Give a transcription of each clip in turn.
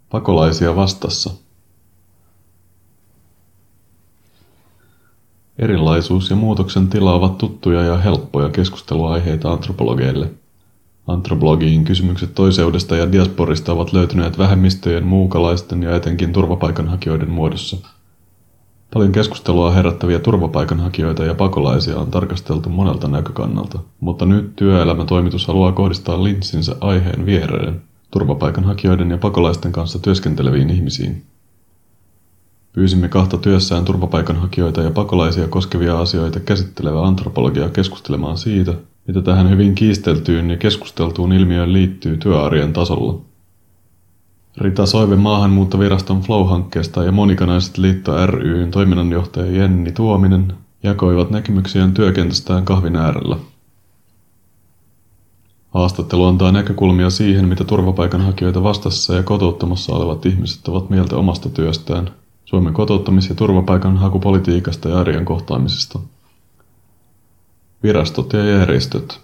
Pakolaisia vastassa. Erilaisuus ja muutoksen tila ovat tuttuja ja helppoja keskusteluaiheita antropologeille. Antropologiin kysymykset toiseudesta ja diasporista ovat löytyneet vähemmistöjen, muukalaisten ja etenkin turvapaikanhakijoiden muodossa. Paljon keskustelua herättäviä turvapaikanhakijoita ja pakolaisia on tarkasteltu monelta näkökannalta, mutta nyt työelämätoimitus haluaa kohdistaa linssinsä aiheen viereen, turvapaikanhakijoiden ja pakolaisten kanssa työskenteleviin ihmisiin. Pyysimme kahta työssään turvapaikanhakijoita ja pakolaisia koskevia asioita käsittelevää antropologiaa keskustelemaan siitä, mitä tähän hyvin kiisteltyyn ja keskusteltuun ilmiöön liittyy työarjen tasolla. Rita Soive Maahanmuuttoviraston Flow-hankkeesta ja Monika Naiset Liitto ry:n toiminnanjohtaja Jenni Tuominen jakoivat näkemyksiään työkentästään kahvin äärellä. Haastattelu antaa näkökulmia siihen, mitä turvapaikanhakijoita vastassa ja kotouttamassa olevat ihmiset ovat mieltä omasta työstään, Suomen kotouttamis- ja turvapaikanhakupolitiikasta ja arjen kohtaamisesta. Virastot ja järjestöt.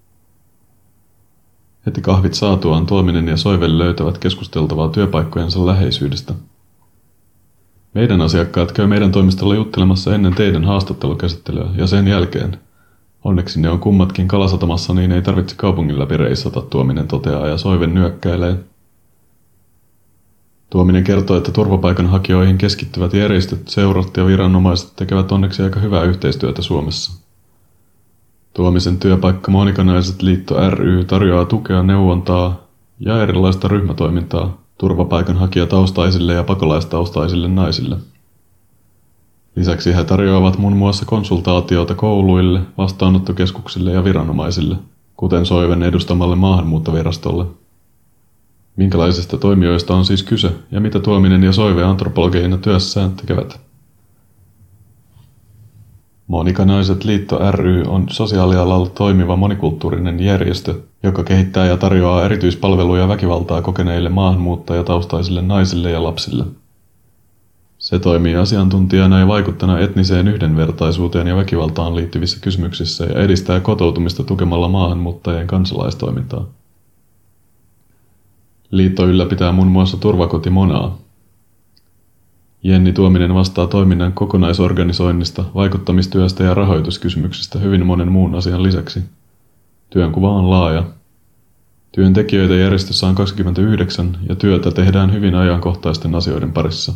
Heti kahvit saatuaan Tuominen ja Soive löytävät keskusteltavaa työpaikkojensa läheisyydestä. Meidän asiakkaat käy meidän toimistolla juttelemassa ennen teidän haastattelukäsittelyä ja sen jälkeen. Onneksi ne on kummatkin Kalasatamassa, niin ei tarvitse kaupungin läpi reissata, Tuominen toteaa ja Soive nyökkäilee. Tuominen kertoo, että turvapaikanhakijoihin keskittyvät järjestöt, seurat ja viranomaiset tekevät onneksi aika hyvää yhteistyötä Suomessa. Tuomisen työpaikka Monika Naiset Liitto ry tarjoaa tukea, neuvontaa ja erilaista ryhmätoimintaa turvapaikanhakijataustaisille ja pakolaistaustaisille naisille. Lisäksi he tarjoavat muun muassa konsultaatiota kouluille, vastaanottokeskuksille ja viranomaisille, kuten Soiven edustamalle Maahanmuuttovirastolle. Minkälaisista toimijoista on siis kyse ja mitä Tuominen ja Soive antropologeina työssään tekevät? Monika Naiset Liitto ry on sosiaalialalla toimiva monikulttuurinen järjestö, joka kehittää ja tarjoaa erityispalveluja väkivaltaa kokeneille maahanmuuttajataustaisille naisille ja lapsille. Se toimii asiantuntijana ja vaikuttajana etniseen yhdenvertaisuuteen ja väkivaltaan liittyvissä kysymyksissä ja edistää kotoutumista tukemalla maahanmuuttajien kansalaistoimintaa. Liitto ylläpitää muun muassa Turvakoti Monaa. Jenni Tuominen vastaa toiminnan kokonaisorganisoinnista, vaikuttamistyöstä ja rahoituskysymyksistä hyvin monen muun asian lisäksi. Työnkuva on laaja. Työntekijöitä järjestössä on 29 ja työtä tehdään hyvin ajankohtaisten asioiden parissa.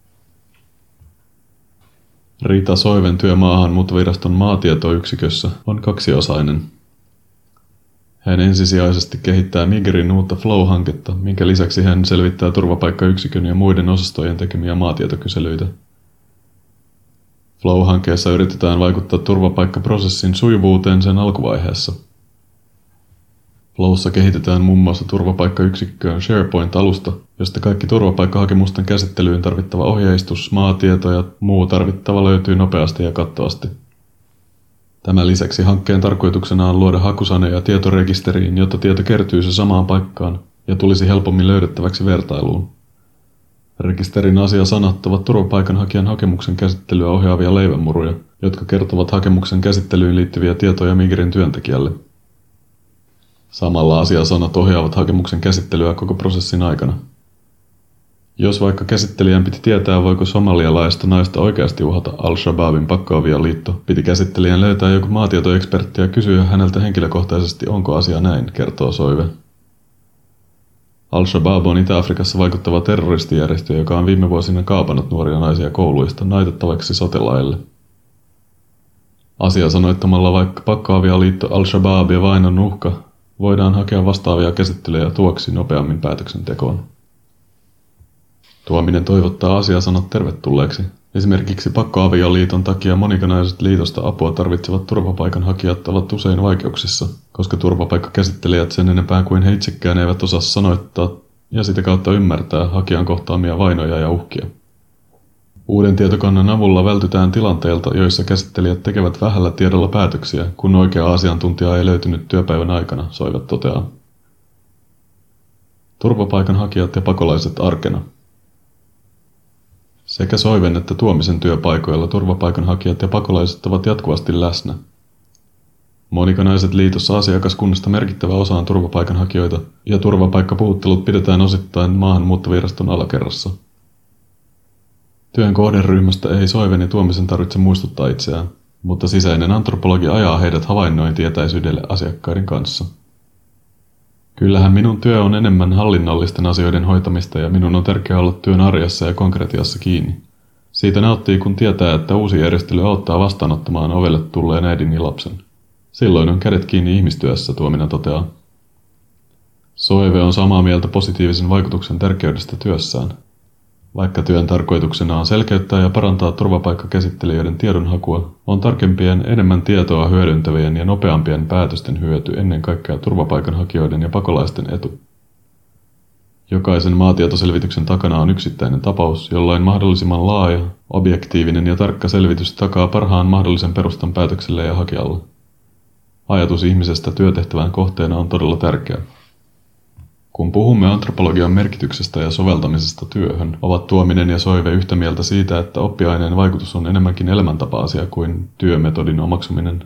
Rita Soiven työ Maahanmuuttoviraston maatietoyksikössä on kaksiosainen. Hän ensisijaisesti kehittää Migrin uutta Flow-hanketta, minkä lisäksi hän selvittää turvapaikkayksikön ja muiden osastojen tekemiä maatietokyselyitä. Flow-hankkeessa yritetään vaikuttaa turvapaikkaprosessin sujuvuuteen sen alkuvaiheessa. Flowssa kehitetään muun muassa turvapaikkayksikköön SharePoint-alusta, josta kaikki turvapaikkahakemusten käsittelyyn tarvittava ohjeistus, maatieto ja muu tarvittava löytyy nopeasti ja kattavasti. Tämän lisäksi hankkeen tarkoituksena on luoda hakusaneja tietorekisteriin, jotta tieto kertyisi samaan paikkaan ja tulisi helpommin löydettäväksi vertailuun. Rekisterin asiasanat ovat turvapaikanhakijan hakemuksen käsittelyä ohjaavia leivänmuruja, jotka kertovat hakemuksen käsittelyyn liittyviä tietoja Migrin työntekijälle. Samalla asiasanat ohjaavat hakemuksen käsittelyä koko prosessin aikana. Jos vaikka käsittelijän piti tietää, voiko somalialaista naista oikeasti uhata Al-Shabaabin pakkoavioliitto, piti käsittelijän löytää joku maatietoekspertti ja kysyä häneltä henkilökohtaisesti, onko asia näin, kertoo Soive. Al-Shabaab on Itä-Afrikassa vaikuttava terroristijärjestö, joka on viime vuosina kaapannut nuoria naisia kouluista naitettavaksi sotilaille. Asiasanoittamalla vaikka pakkoavioliitto, Al-Shabaab ja vainon uhka, voidaan hakea vastaavia käsittelyjä tuoksi nopeammin päätöksentekoon. Tuominen toivottaa asiasanat tervetulleeksi. Esimerkiksi pakkoavioliiton takia Monika Naiset Liitosta apua tarvitsevat turvapaikanhakijat ovat usein vaikeuksissa, koska turvapaikkakäsittelijät sen enempää kuin he itsekään eivät osaa sanoittaa ja sitä kautta ymmärtää hakijan kohtaamia vainoja ja uhkia. Uuden tietokannan avulla vältytään tilanteilta, joissa käsittelijät tekevät vähällä tiedolla päätöksiä, kun oikea asiantuntija ei löytynyt työpäivän aikana, Soive toteaa. Turvapaikanhakijat ja pakolaiset arkena. Sekä Soiven että Tuomisen työpaikoilla turvapaikanhakijat ja pakolaiset ovat jatkuvasti läsnä. Monikanaiset liitossa asiakaskunnasta merkittävä osa on turvapaikanhakijoita, ja turvapaikkapuhuttelut pidetään osittain maahanmuuttoviraston alakerrassa. Työn kohderyhmästä ei Soiven ja Tuomisen tarvitse muistuttaa itseään, mutta sisäinen antropologi ajaa heidät havainnointietäisyydelle asiakkaiden kanssa. Kyllähän minun työ on enemmän hallinnollisten asioiden hoitamista ja minun on tärkeää olla työn arjessa ja konkretiassa kiinni. Siitä nauttii, kun tietää, että uusi järjestely auttaa vastaanottamaan ovelle tulleen äidin ja lapsen. Silloin on kädet kiinni ihmistyössä, Tuominen toteaa. Soive on samaa mieltä positiivisen vaikutuksen tärkeydestä työssään. Vaikka työn tarkoituksena on selkeyttää ja parantaa turvapaikkakäsittelijöiden tiedonhakua, on tarkempien, enemmän tietoa hyödyntävien ja nopeampien päätösten hyöty ennen kaikkea turvapaikanhakijoiden ja pakolaisten etu. Jokaisen maatietoselvityksen takana on yksittäinen tapaus, jollain mahdollisimman laaja, objektiivinen ja tarkka selvitys takaa parhaan mahdollisen perustan päätökselle ja hakijalle. Ajatus ihmisestä työtehtävän kohteena on todella tärkeä. Kun puhumme antropologian merkityksestä ja soveltamisesta työhön, ovat Tuominen ja Soive yhtä mieltä siitä, että oppiaineen vaikutus on enemmänkin elämäntapa-asia kuin työmetodin omaksuminen.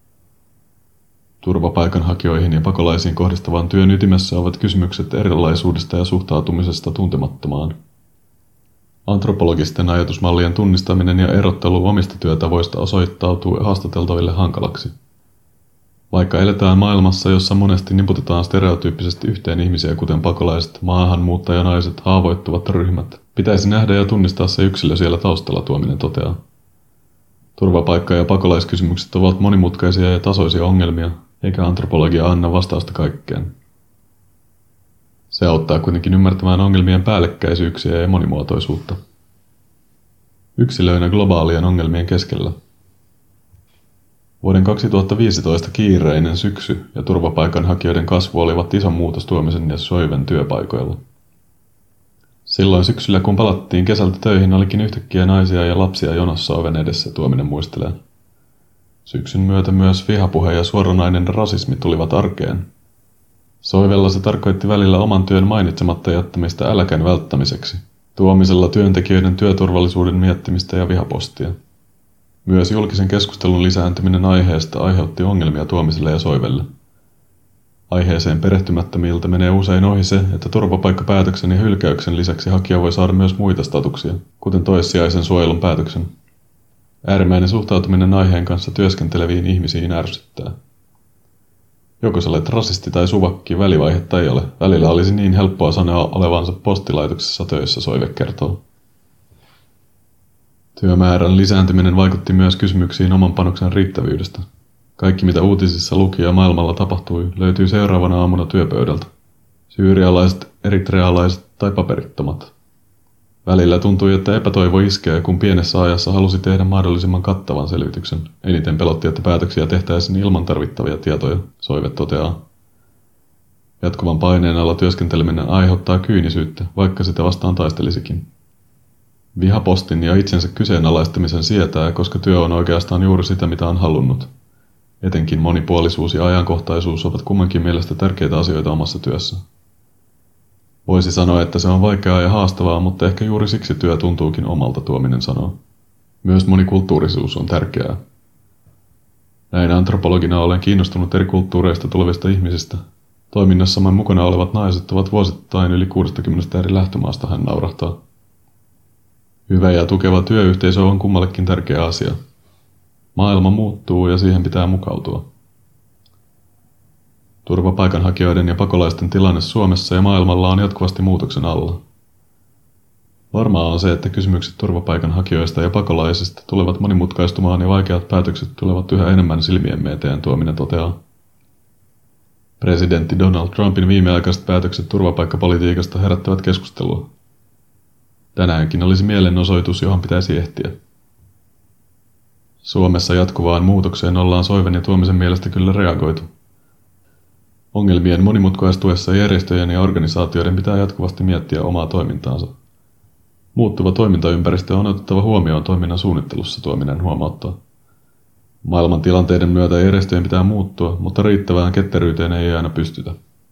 Turvapaikanhakijoihin ja pakolaisiin kohdistavan työn ytimessä ovat kysymykset erilaisuudesta ja suhtautumisesta tuntemattomaan. Antropologisten ajatusmallien tunnistaminen ja erottelu omista työtavoista osoittautuu haastateltaville hankalaksi. Vaikka eletään maailmassa, jossa monesti niputetaan stereotyyppisesti yhteen ihmisiä, kuten pakolaiset, maahanmuuttajanaiset, haavoittuvat ryhmät, pitäisi nähdä ja tunnistaa se yksilö siellä taustalla, Tuominen toteaa. Turvapaikka- ja pakolaiskysymykset ovat monimutkaisia ja tasoisia ongelmia, eikä antropologia anna vastausta kaikkeen. Se auttaa kuitenkin ymmärtämään ongelmien päällekkäisyyksiä ja monimuotoisuutta. Yksilöinä globaalien ongelmien keskellä. Vuoden 2015 kiireinen syksy ja turvapaikanhakijoiden kasvu olivat iso muutos Tuomisen ja Soiven työpaikoilla. Silloin syksyllä, kun palattiin kesältä töihin, olikin yhtäkkiä naisia ja lapsia jonossa oven edessä, Tuominen muistelee. Syksyn myötä myös vihapuhe ja suoranainen rasismi tulivat arkeen. Soivella se tarkoitti välillä oman työn mainitsematta jättämistä äläkän välttämiseksi, Tuomisella työntekijöiden työturvallisuuden miettimistä ja vihapostia. Myös julkisen keskustelun lisääntyminen aiheesta aiheutti ongelmia Tuomiselle ja Soivelle. Aiheeseen perehtymättömiltä menee usein ohi se, että turvapaikkapäätöksen ja hylkäyksen lisäksi hakija voi saada myös muita statuksia, kuten toissijaisen suojelun päätöksen. Äärimmäinen suhtautuminen aiheen kanssa työskenteleviin ihmisiin ärsyttää. Joko sä olet rasisti tai suvakki, välivaihetta ei ole. Välillä olisi niin helppoa sanoa olevansa postilaitoksessa töissä, Soive kertoo. Työmäärän lisääntyminen vaikutti myös kysymyksiin oman panoksen riittävyydestä. Kaikki mitä uutisissa luki ja maailmalla tapahtui löytyy seuraavana aamuna työpöydältä. Syyrialaiset, eritrealaiset tai paperittomat. Välillä tuntui, että epätoivo iskee, kun pienessä ajassa halusi tehdä mahdollisimman kattavan selvityksen. Eniten pelotti, että päätöksiä tehtäisiin ilman tarvittavia tietoja, Soive toteaa. Jatkuvan paineen alla työskenteleminen aiheuttaa kyynisyyttä, vaikka sitä vastaan taistelisikin. Vihapostin ja itsensä kyseenalaistamisen sietää, koska työ on oikeastaan juuri sitä, mitä on halunnut. Etenkin monipuolisuus ja ajankohtaisuus ovat kummankin mielestä tärkeitä asioita omassa työssä. Voisi sanoa, että se on vaikeaa ja haastavaa, mutta ehkä juuri siksi työ tuntuukin omalta, Tuominen sanoo. Myös monikulttuurisuus on tärkeää. Näin antropologina olen kiinnostunut eri kulttuureista tulevista ihmisistä. Toiminnassamme mukana olevat naiset ovat vuosittain yli 60 eri lähtömaasta, hän naurahtaa. Hyvä ja tukeva työyhteisö on kummallekin tärkeä asia. Maailma muuttuu ja siihen pitää mukautua. Turvapaikanhakijoiden ja pakolaisten tilanne Suomessa ja maailmalla on jatkuvasti muutoksen alla. Varmaa on se, että kysymykset turvapaikanhakijoista ja pakolaisista tulevat monimutkaistumaan ja vaikeat päätökset tulevat yhä enemmän silmiemme eteen, Tuominen toteaa. Presidentti Donald Trumpin viimeaikaiset päätökset turvapaikkapolitiikasta herättävät keskustelua. Tänäänkin olisi mielenosoitus, johon pitäisi ehtiä. Suomessa jatkuvaan muutokseen ollaan Soiven ja Tuomisen mielestä kyllä reagoitu. Ongelmien monimutkaistuessa järjestöjen ja organisaatioiden pitää jatkuvasti miettiä omaa toimintaansa. Muuttuva toimintaympäristö on otettava huomioon toiminnan suunnittelussa, Tuominen huomauttaa. Maailman tilanteiden myötä järjestöjen pitää muuttua, mutta riittävään ketteryyteen ei aina pystytä.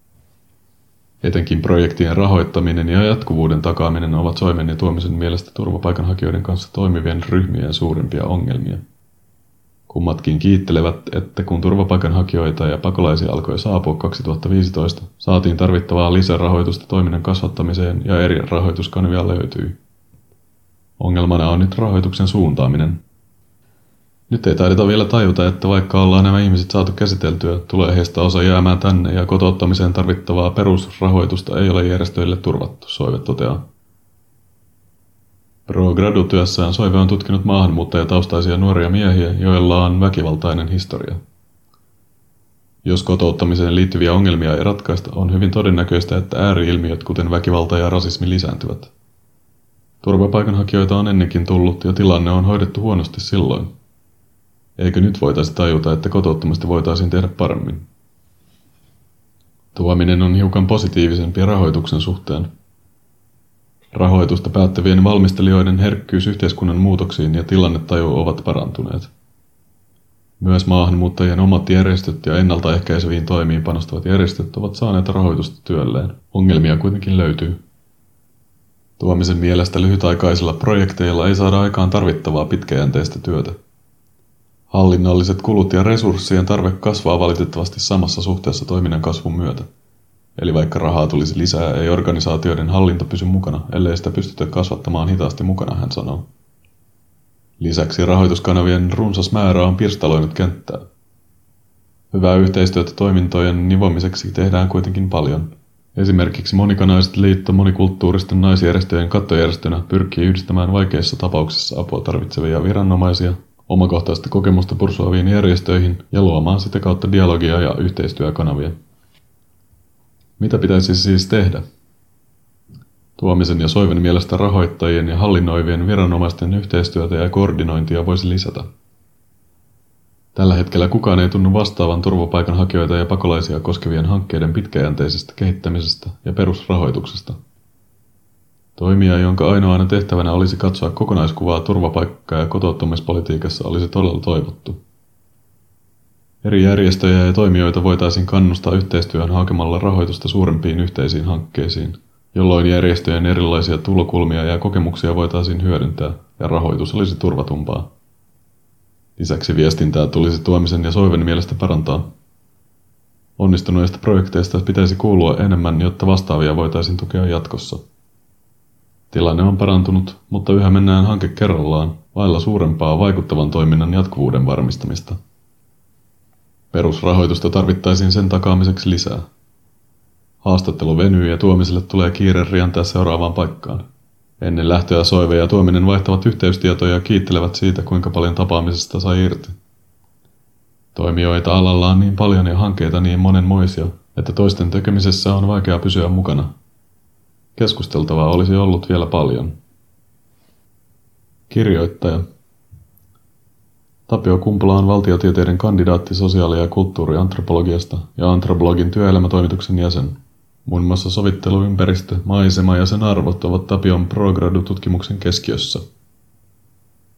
Etenkin projektien rahoittaminen ja jatkuvuuden takaaminen ovat Soiven ja Tuomisen mielestä turvapaikanhakijoiden kanssa toimivien ryhmien suurimpia ongelmia. Kummatkin kiittelevät, että kun turvapaikanhakijoita ja pakolaisia alkoi saapua 2015, saatiin tarvittavaa lisärahoitusta toiminnan kasvattamiseen ja eri rahoituskanavia löytyi. Ongelmana on nyt rahoituksen suuntaaminen. Nyt ei taideta vielä tajuta, että vaikka ollaan nämä ihmiset saatu käsiteltyä, tulee heistä osa jäämään tänne ja kotouttamiseen tarvittavaa perusrahoitusta ei ole järjestöille turvattu, Soive toteaa. Pro-gradu-työssään Soive on tutkinut maahanmuuttajataustaisia nuoria miehiä, joilla on väkivaltainen historia. Jos kotouttamiseen liittyviä ongelmia ei ratkaista, on hyvin todennäköistä, että ääri-ilmiöt kuten väkivalta ja rasismi lisääntyvät. Turvapaikanhakijoita on ennenkin tullut ja tilanne on hoidettu huonosti silloin. Eikö nyt voitaisi tajuta, että kotouttamista voitaisiin tehdä paremmin? Tuominen on hiukan positiivisempi rahoituksen suhteen. Rahoitusta päättävien valmistelijoiden herkkyys yhteiskunnan muutoksiin ja tilannetaju ovat parantuneet. Myös maahanmuuttajien omat järjestöt ja ennaltaehkäiseviin toimiin panostavat järjestöt ovat saaneet rahoitusta työlleen. Ongelmia kuitenkin löytyy. Tuomisen mielestä lyhytaikaisilla projekteilla ei saada aikaan tarvittavaa pitkäjänteistä työtä. Hallinnolliset kulut ja resurssien tarve kasvaa valitettavasti samassa suhteessa toiminnan kasvun myötä. Eli vaikka rahaa tulisi lisää, ei organisaatioiden hallinta pysy mukana, ellei sitä pystytä kasvattamaan hitaasti mukana, hän sanoo. Lisäksi rahoituskanavien runsas määrä on pirstaloinut kenttää. Hyvää yhteistyötä toimintojen nivomiseksi tehdään kuitenkin paljon. Esimerkiksi Monikanaiset liitto monikulttuuristen naisjärjestöjen kattojärjestönä pyrkii yhdistämään vaikeissa tapauksissa apua tarvitsevia viranomaisia, omakohtaista kokemusta pursuaviin järjestöihin ja luomaan sitä kautta dialogia ja yhteistyökanavia. Mitä pitäisi siis tehdä? Tuomisen ja Soiven mielestä rahoittajien ja hallinnoivien viranomaisten yhteistyötä ja koordinointia voisi lisätä. Tällä hetkellä kukaan ei tunnu vastaavan turvapaikanhakijoita ja pakolaisia koskevien hankkeiden pitkäjänteisestä kehittämisestä ja perusrahoituksesta. Toimija, jonka ainoana tehtävänä olisi katsoa kokonaiskuvaa turvapaikka- ja kotouttamispolitiikassa, olisi todella toivottu. Eri järjestöjä ja toimijoita voitaisiin kannustaa yhteistyöhön hakemalla rahoitusta suurempiin yhteisiin hankkeisiin, jolloin järjestöjen erilaisia tulokulmia ja kokemuksia voitaisiin hyödyntää ja rahoitus olisi turvatumpaa. Lisäksi viestintää tulisi Tuomisen ja Soiven mielestä parantaa. Onnistuneista projekteista pitäisi kuulua enemmän, jotta vastaavia voitaisiin tukea jatkossa. Tilanne on parantunut, mutta yhä mennään hanke kerrallaan, vailla suurempaa vaikuttavan toiminnan jatkuvuuden varmistamista. Perusrahoitusta tarvittaisiin sen takaamiseksi lisää. Haastattelu venyy ja Tuomiselle tulee kiire rientää seuraavaan paikkaan. Ennen lähtöä Soive ja Tuominen vaihtavat yhteystietoja ja kiittelevät siitä, kuinka paljon tapaamisesta sai irti. Toimijoita alalla on niin paljon ja hankkeita niin monenmoisia, että toisten tekemisessä on vaikea pysyä mukana. Keskusteltavaa olisi ollut vielä paljon. Kirjoittaja Tapio Kumpula on valtiotieteiden kandidaatti sosiaali- ja kulttuuriantropologiasta ja Antroblogin työelämätoimituksen jäsen. Muun muassa sovittelu, ympäristö, maisema ja sen arvot ovat Tapion pro-gradu-tutkimuksen keskiössä.